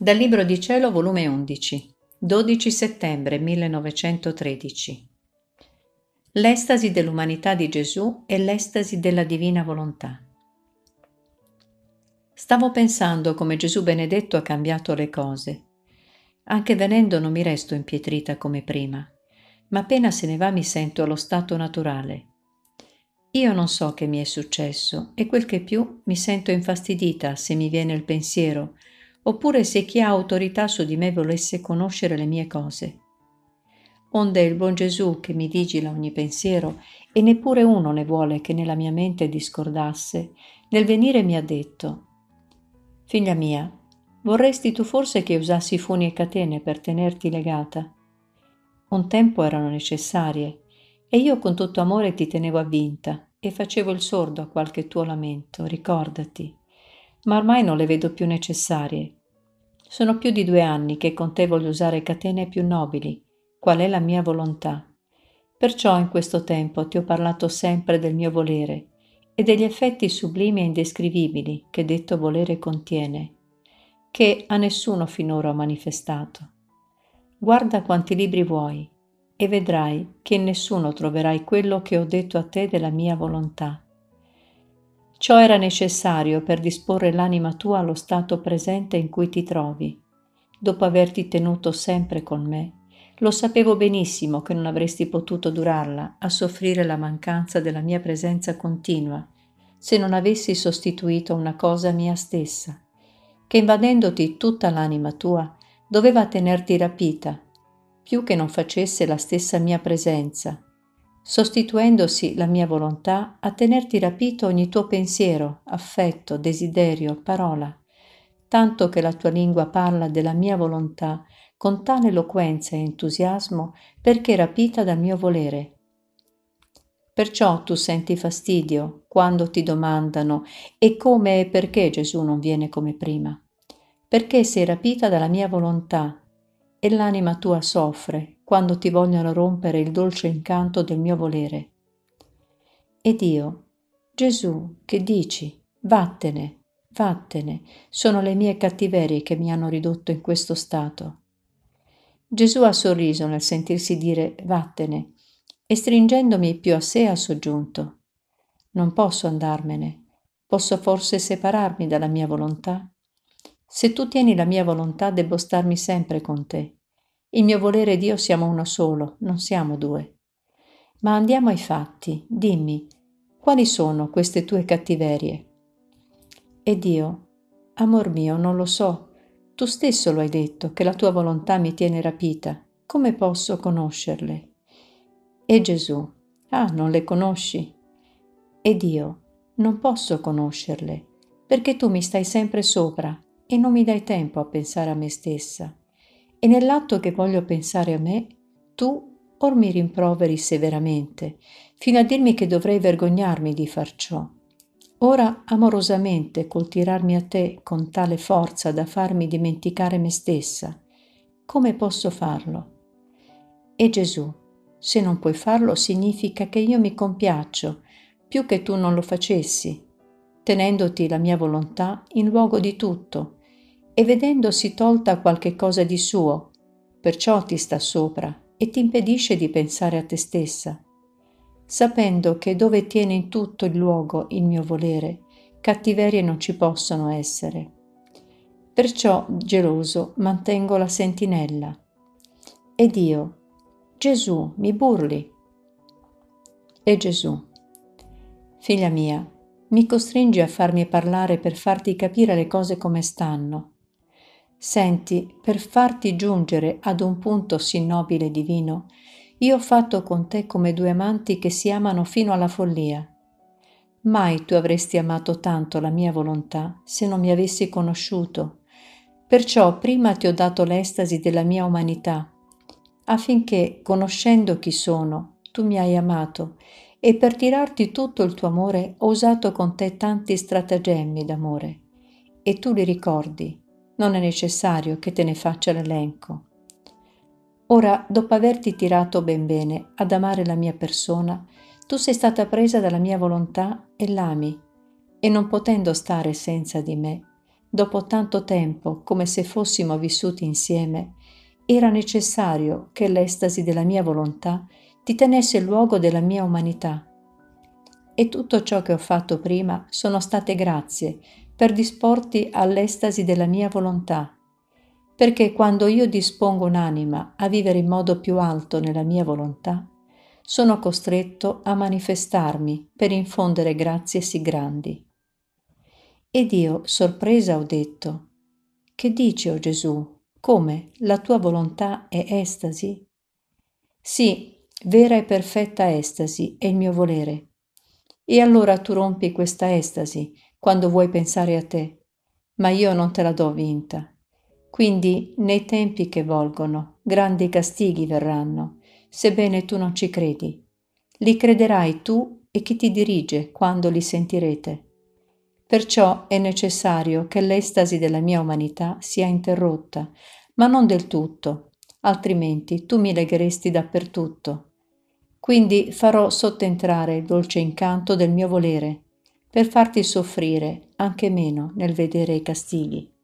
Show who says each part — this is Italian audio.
Speaker 1: Dal Libro di Cielo, volume 11, 12 settembre 1913. L'estasi dell'umanità di Gesù e l'estasi della divina volontà. Stavo pensando come Gesù benedetto ha cambiato le cose. Anche venendo non mi resto impietrita come prima, ma appena se ne va mi sento allo stato naturale. Io non so che mi è successo e quel che più mi sento infastidita se mi viene il pensiero, oppure se chi ha autorità su di me volesse conoscere le mie cose. Onde il buon Gesù che mi vigila ogni pensiero, e neppure uno ne vuole che nella mia mente discordasse, nel venire mi ha detto: «Figlia mia, vorresti tu forse che usassi funi e catene per tenerti legata? Un tempo erano necessarie, e io con tutto amore ti tenevo avvinta e facevo il sordo a qualche tuo lamento, ricordati. Ma ormai non le vedo più necessarie. Sono più di 2 anni che con te voglio usare catene più nobili, qual è la mia volontà. Perciò in questo tempo ti ho parlato sempre del mio volere e degli effetti sublimi e indescrivibili che detto volere contiene, che a nessuno finora ho manifestato. Guarda quanti libri vuoi e vedrai che in nessuno troverai quello che ho detto a te della mia volontà. Ciò era necessario per disporre l'anima tua allo stato presente in cui ti trovi. Dopo averti tenuto sempre con me, lo sapevo benissimo che non avresti potuto durarla a soffrire la mancanza della mia presenza continua, se non avessi sostituito una cosa mia stessa, che invadendoti tutta l'anima tua, doveva tenerti rapita, più che non facesse la stessa mia presenza, sostituendosi la mia volontà a tenerti rapito ogni tuo pensiero, affetto, desiderio, parola, tanto che la tua lingua parla della mia volontà con tale eloquenza e entusiasmo perché rapita dal mio volere. Perciò tu senti fastidio quando ti domandano e come e perché Gesù non viene come prima, perché sei rapita dalla mia volontà e l'anima tua soffre quando ti vogliono rompere il dolce incanto del mio volere. Ed io, Gesù, che dici? Vattene, vattene, sono le mie cattiverie che mi hanno ridotto in questo stato. Gesù ha sorriso nel sentirsi dire vattene e stringendomi più a sé ha soggiunto: non posso andarmene, posso forse separarmi dalla mia volontà? Se tu tieni la mia volontà debbo starmi sempre con te. Il mio volere ed io siamo uno solo, non siamo 2. Ma andiamo ai fatti, dimmi, quali sono queste tue cattiverie? Ed io, amor mio, non lo so, tu stesso lo hai detto, che la tua volontà mi tiene rapita, come posso conoscerle? E Gesù, non le conosci? Ed io, non posso conoscerle, perché tu mi stai sempre sopra e non mi dai tempo a pensare a me stessa. E nell'atto che voglio pensare a me, tu or mi rimproveri severamente, fino a dirmi che dovrei vergognarmi di far ciò. Ora amorosamente col tirarmi a te con tale forza da farmi dimenticare me stessa, come posso farlo? E Gesù, se non puoi farlo significa che io mi compiaccio, più che tu non lo facessi, tenendoti la mia volontà in luogo di tutto, e vedendosi tolta qualche cosa di suo, perciò ti sta sopra e ti impedisce di pensare a te stessa, sapendo che dove tiene in tutto il luogo il mio volere, cattiverie non ci possono essere. Perciò, geloso, mantengo la sentinella. Ed io, Gesù, mi burli. E Gesù, figlia mia, mi costringi a farmi parlare per farti capire le cose come stanno. Senti, per farti giungere ad un punto sì nobile e divino, io ho fatto con te come 2 amanti che si amano fino alla follia. Mai tu avresti amato tanto la mia volontà se non mi avessi conosciuto. Perciò prima ti ho dato l'estasi della mia umanità, affinché, conoscendo chi sono, tu mi hai amato, e per tirarti tutto il tuo amore ho usato con te tanti stratagemmi d'amore, e tu li ricordi. Non è necessario che te ne faccia l'elenco. Ora, dopo averti tirato ben bene ad amare la mia persona, tu sei stata presa dalla mia volontà e l'ami, e non potendo stare senza di me, dopo tanto tempo, come se fossimo vissuti insieme, era necessario che l'estasi della mia volontà ti tenesse il luogo della mia umanità. E tutto ciò che ho fatto prima sono state grazie per disporti all'estasi della mia volontà, perché quando io dispongo un'anima a vivere in modo più alto nella mia volontà, sono costretto a manifestarmi per infondere grazie sì grandi. Ed io, sorpresa, ho detto: «Che dici, o Gesù? Come? La tua volontà è estasi?» «Sì, vera e perfetta estasi è il mio volere. E allora tu rompi questa estasi quando vuoi pensare a te, ma io non te la do vinta. Quindi nei tempi che volgono grandi castighi verranno, sebbene tu non ci credi. Li crederai tu e chi ti dirige quando li sentirete. Perciò è necessario che l'estasi della mia umanità sia interrotta, ma non del tutto, altrimenti tu mi legheresti dappertutto. Quindi farò sottentrare il dolce incanto del mio volere, per farti soffrire anche meno nel vedere i castighi.